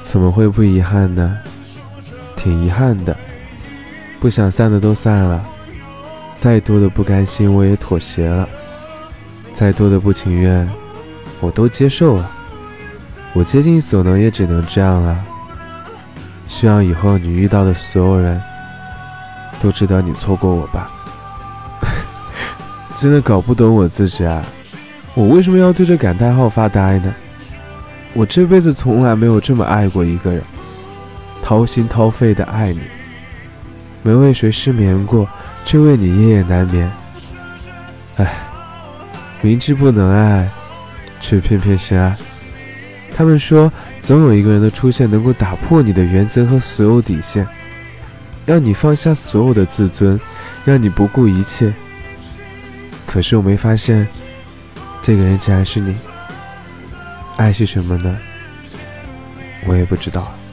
怎么会不遗憾呢？挺遗憾的，不想散的都散了，再多的不甘心我也妥协了，再多的不情愿我都接受了，我竭尽所能也只能这样了。希望以后你遇到的所有人都知道你错过我吧。真的搞不懂我自己啊，我为什么要对着感叹号发呆呢？我这辈子从来没有这么爱过一个人，掏心掏肺的爱你，没为谁失眠过，却为你夜夜难眠。明知不能爱，却偏偏是爱。他们说总有一个人的出现能够打破你的原则和所有底线，让你放下所有的自尊，让你不顾一切。可是我没发现这个人竟然是你。爱是什么呢？我也不知道。